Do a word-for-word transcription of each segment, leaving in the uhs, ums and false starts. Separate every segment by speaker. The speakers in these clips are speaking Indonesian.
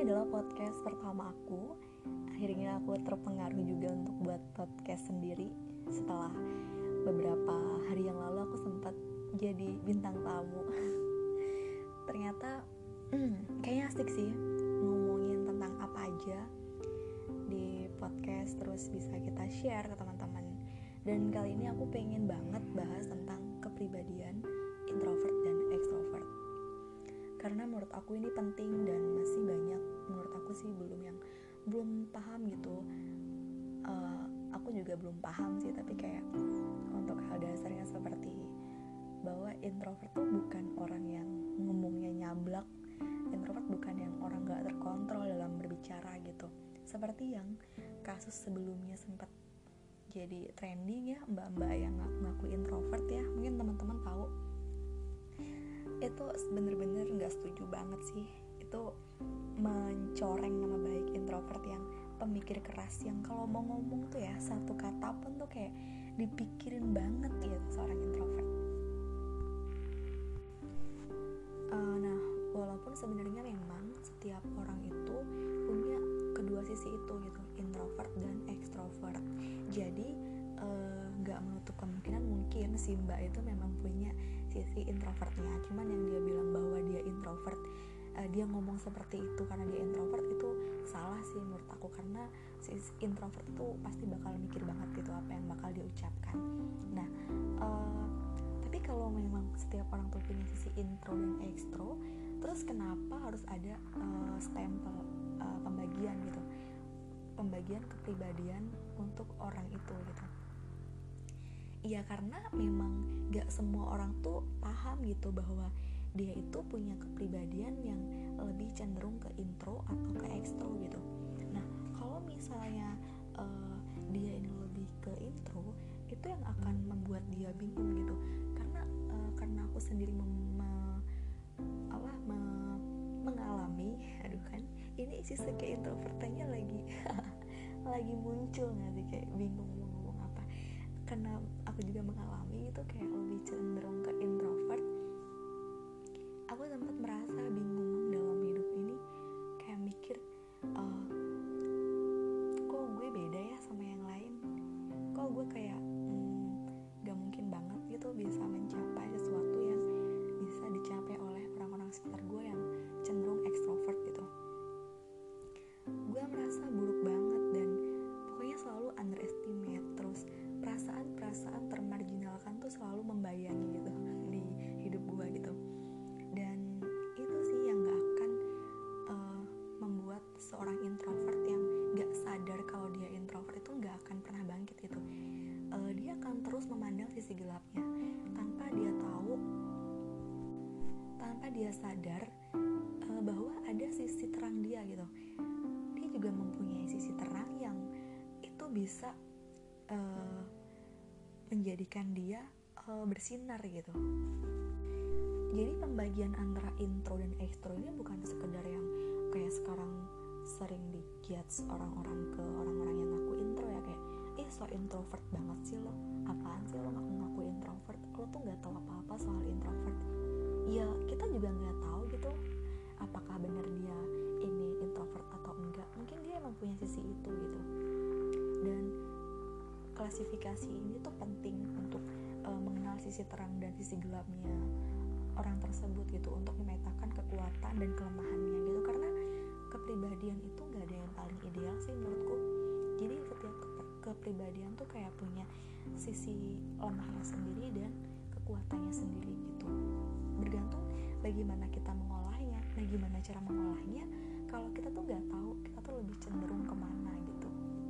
Speaker 1: adalah podcast pertama aku. Akhirnya aku terpengaruh juga untuk buat podcast sendiri. Setelah beberapa hari yang lalu aku sempat jadi bintang tamu. Ternyata hmm, kayaknya asik sih ngomongin tentang apa aja di podcast, terus bisa kita share ke teman-teman. Dan kali ini aku pengen banget bahas tentang kepribadian introvert dan extrovert, karena menurut aku ini penting dan masih banyak menurut aku sih belum yang belum paham gitu. Uh, aku juga belum paham sih, tapi kayak untuk hal dasarnya seperti bahwa introvert tuh bukan orang yang ngomongnya nyablak, introvert bukan yang orang gak terkontrol dalam berbicara gitu, seperti yang kasus sebelumnya sempat jadi trending ya, mbak-mbak yang ngaku introvert ya, mungkin teman-teman tahu. Itu bener-bener gak setuju banget sih. Itu mencoreng nama baik introvert yang pemikir keras, yang kalau mau ngomong tuh ya satu kata pun tuh kayak dipikirin banget gitu seorang introvert. uh, Nah, walaupun sebenarnya memang setiap orang itu punya kedua sisi itu gitu, introvert dan extrovert. Jadi uh, gak menutup kemungkinan mungkin si mbak itu memang punya sisi introvertnya, cuman yang dia bilang bahwa dia introvert, uh, dia ngomong seperti itu karena dia introvert, itu salah sih menurut aku. Karena si introvert itu pasti bakal mikir banget gitu apa yang bakal dia ucapkan. Nah, uh, tapi kalau memang setiap orang tuh punya sisi intro dan extro, terus kenapa harus ada uh, stempel uh, pembagian gitu, pembagian kepribadian untuk orang itu gitu? Iya, karena memang gak semua orang tuh paham gitu bahwa dia itu punya kepribadian yang lebih cenderung ke intro atau ke extro gitu. Nah, kalau misalnya uh, dia ini lebih ke intro, itu yang akan membuat dia bingung gitu. Karena uh, karena aku sendiri mem- me- apa, me- mengalami, aduh kan, ini sisi ke introvertnya lagi lagi muncul nggak sih, kayak bingung mau ngomong apa. Karena aku juga mengalami itu kayak lebih cenderung ke introvert, aku sempat merasa bingung dalam hidup ini, kayak mikir uh, kok gue beda ya sama yang lain, kok gue kayak hmm, gak mungkin banget gitu bisa mencapai sesuatu yang bisa dicapai oleh orang-orang sekitar gue yang cenderung extrovert gitu. Gue merasa buruk banget dan pokoknya selalu underestimate, terus perasaan-perasaan termarginalkan tuh selalu membayangi gitu di hidup gue gitu. Dan itu sih yang gak akan uh, membuat seorang introvert yang gak sadar kalau dia introvert itu gak akan pernah bangkit gitu. uh, Dia akan terus memandang sisi gelapnya tanpa dia tahu, tanpa dia sadar uh, bahwa ada sisi terang dia gitu. Dia juga mempunyai sisi terang yang itu bisa uh, menjadikan dia uh, bersinar gitu. Jadi pembagian antara intro dan extro ini bukan sekedar yang kayak sekarang sering di-judge orang-orang ke orang-orang yang ngaku intro ya, kayak eh so introvert banget sih lo, apaan sih lo ngaku-ngaku introvert, lo tuh gak tahu apa-apa soal introvert. Ya kita juga gak tahu gitu apakah benar dia ini introvert atau enggak, mungkin dia emang punya sisi itu gitu. Dan klasifikasi ini tuh penting untuk uh, mengenal sisi terang dan sisi gelapnya orang tersebut gitu, untuk memetakan kekuatan dan kelemahannya gitu. Karena kepribadian itu gak ada yang paling ideal sih menurutku. Jadi setiap ke- kepribadian tuh kayak punya sisi lemahnya sendiri dan kekuatannya sendiri gitu. Bergantung bagaimana kita mengolahnya. Nah, gimana cara mengolahnya? Kalau kita tuh gak tahu, kita tuh lebih cenderung kemana gitu.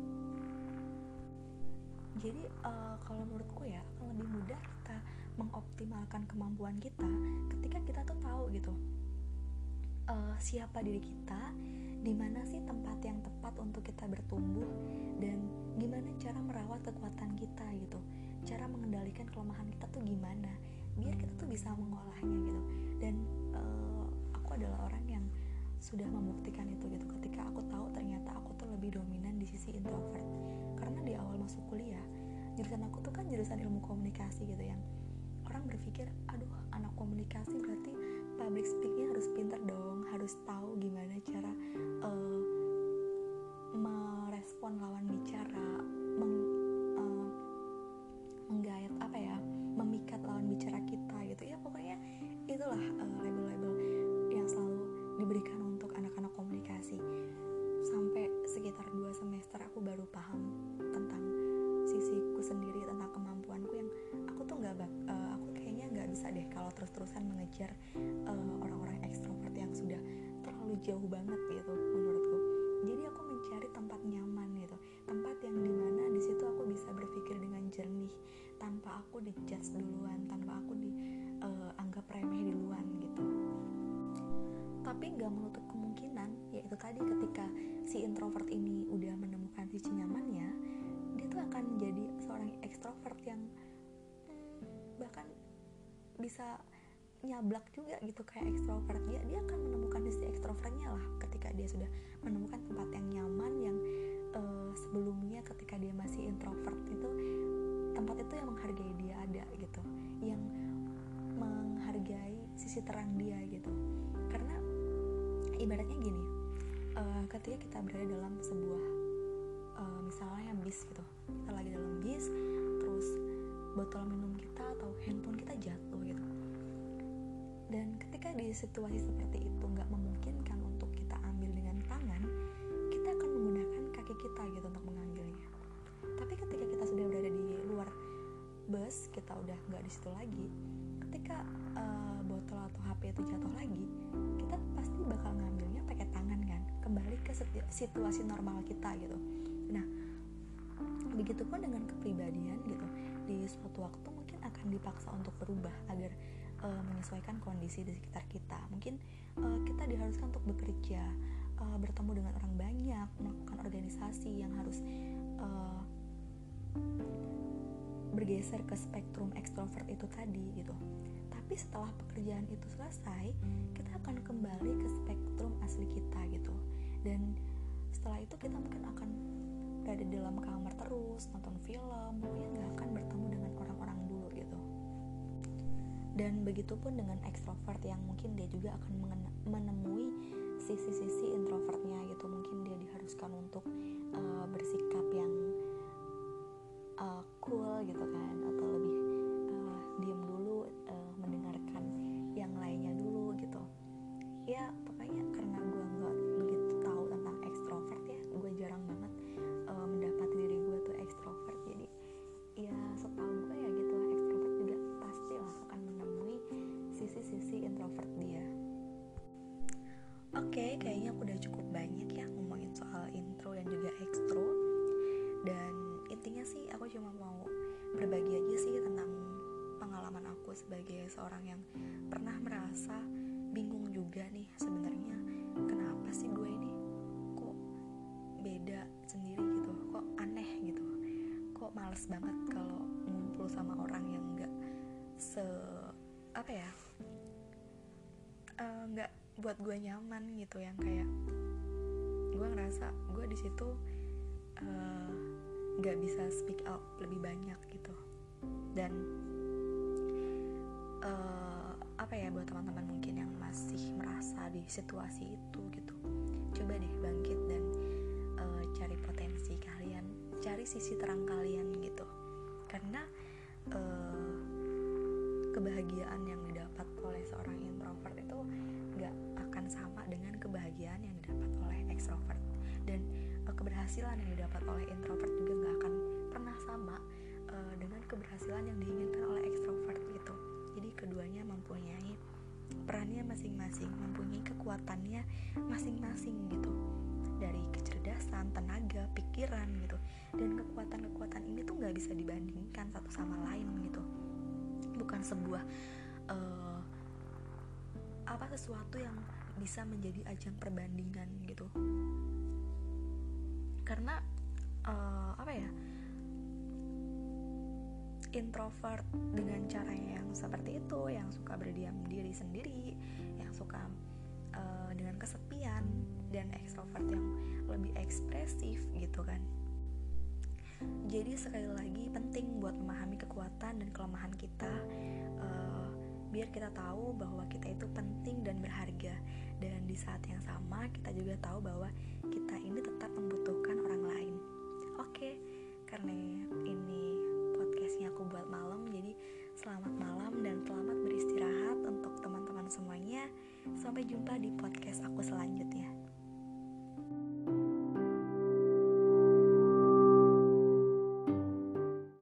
Speaker 1: Jadi uh, kalau menurutku ya akan lebih mudah kita mengoptimalkan kemampuan kita ketika kita tuh tahu gitu uh, siapa diri kita, di mana sih tempat yang tepat untuk kita bertumbuh, dan gimana cara merawat kekuatan kita gitu, cara mengendalikan kelemahan kita tuh gimana biar kita tuh bisa mengolahnya gitu. Dan uh, aku adalah orang yang sudah membuktikan itu gitu, ketika aku tahu ternyata aku tuh lebih dominan di sisi introvert. Karena di awal masuk kuliah, jurusan aku tuh kan jurusan ilmu komunikasi gitu, yang orang berpikir aduh anak komunikasi berarti public speakingnya harus pintar dong, harus tahu gimana cara uh, merespon lawan bicara, meng, uh, menggayat apa ya, memikat lawan bicara kita gitu ya. Pokoknya itulah uh, label-label yang selalu diberikan untuk anak-anak komunikasi. Sampai sekitar dua semester aku baru paham tentang sisiku sendiri, tentang kemampuanku yang aku tuh nggak uh, aku kayaknya nggak bisa deh kalau terus-terusan mengejar uh, orang-orang ekstrovert yang sudah terlalu jauh banget gitu menurutku. Jadi aku mencari tempat nyaman gitu, tempat yang dimana di situ aku bisa berpikir dengan jernih tanpa aku dijudge duluan, tanpa aku dianggap uh, remeh duluan gitu. Tapi nggak menutup kemungkinan, yaitu tadi ketika si introvert ini udah menemukan sisi nyamannya, dia tuh akan jadi seorang ekstrovert yang hmm, bahkan bisa nyablak juga gitu kayak ekstrovert. Dia dia akan menemukan sisi ekstrovertnya lah ketika dia sudah menemukan tempat yang nyaman yang uh, sebelumnya ketika dia masih introvert itu tempat itu yang menghargai dia ada gitu, yang menghargai sisi terang dia gitu. Karena ibaratnya gini, uh, ketika kita berada dalam sebuah uh, misalnya bis gitu, kita lagi dalam bis, terus botol minum kita atau handphone kita jatuh gitu, dan ketika di situasi seperti itu nggak memungkinkan untuk kita ambil dengan tangan, kita akan menggunakan kaki kita gitu untuk mengambilnya. Tapi ketika kita sudah berada di luar bus, kita udah nggak di situ lagi, ketika uh, botol atau H P itu jatuh lagi, kita pasti bakal ngambilnya pakai tangan kan, kembali ke situasi normal kita gitu. Nah, begitupun dengan kepribadian gitu, di suatu waktu mungkin akan dipaksa untuk berubah agar uh, menyesuaikan kondisi di sekitar kita. Mungkin uh, kita diharuskan untuk bekerja, uh, bertemu dengan orang banyak, melakukan organisasi yang harus uh, bergeser ke spektrum ekstrovert itu tadi gitu. Tapi setelah pekerjaan itu selesai, kita akan kembali ke spektrum asli kita gitu. Dan setelah itu kita mungkin akan berada di dalam kamar terus, nonton film, pokoknya gak akan bertemu dengan orang-orang dulu gitu. Dan begitupun dengan ekstrovert yang mungkin dia juga akan mengena- menemui sisi-sisi introvertnya gitu. Mungkin dia diharuskan untuk uh, bersikap yang uh, cool gitu kan, atau lebih uh, diam dulu, uh, mendengarkan yang lainnya dulu gitu. Ya pokoknya karena gue gak begitu tahu tentang ekstrovert ya, gue jarang banget uh, mendapati diri gue tuh ekstrovert. Jadi ya setahu gue ya gitu, ekstrovert juga pasti lah akan menemui sisi-sisi introvert dia. Oke, okay, kayaknya aku udah cukup banyak ya ngomongin soal intro dan juga ekstro. Dan intinya sih aku cuma mau berbagi aja sih tentang pengalaman aku sebagai seorang yang pernah merasa bingung juga nih sebenarnya, kenapa sih gue ini kok beda sendiri gitu, kok aneh gitu, kok males banget kalau ngumpul sama orang yang nggak se apa ya nggak uh, buat gue nyaman gitu, yang kayak gue ngerasa gue di situ nggak uh, bisa speak out lebih banyak gitu. Dan uh, apa ya, buat teman-teman mungkin yang masih merasa di situasi itu gitu, coba deh bangkit dan uh, cari potensi kalian, cari sisi terang kalian gitu. Karena uh, kebahagiaan yang didapat oleh seorang introvert itu gak akan sama dengan kebahagiaan yang didapat oleh ekstrovert, dan uh, keberhasilan yang didapat oleh introvert juga gak akan pernah sama uh, dengan keberhasilan yang diinginkan oleh ekstrovert gitu. Jadi keduanya mempunyai perannya masing-masing, mempunyai kekuatannya masing-masing gitu, dari kecerdasan, tenaga, pikiran gitu. Dan kekuatan-kekuatan ini tuh gak bisa dibandingkan satu sama lain gitu. Bukan sebuah uh, apa sesuatu yang bisa menjadi ajang perbandingan gitu. Karena uh, apa ya, introvert dengan caranya yang seperti itu, yang suka berdiam diri sendiri, yang suka uh, dengan kesepian, dan ekstrovert yang lebih ekspresif gitu kan. Jadi sekali lagi penting buat memahami kekuatan dan kelemahan kita, uh, biar kita tahu bahwa kita itu penting dan berharga. Dan di saat yang sama kita juga tahu bahwa kita ini tetap membutuhkan orang lain. Oke, karena ini podcastnya aku buat malam, jadi selamat malam dan selamat beristirahat untuk teman-teman semuanya. Sampai jumpa di podcast aku selanjutnya.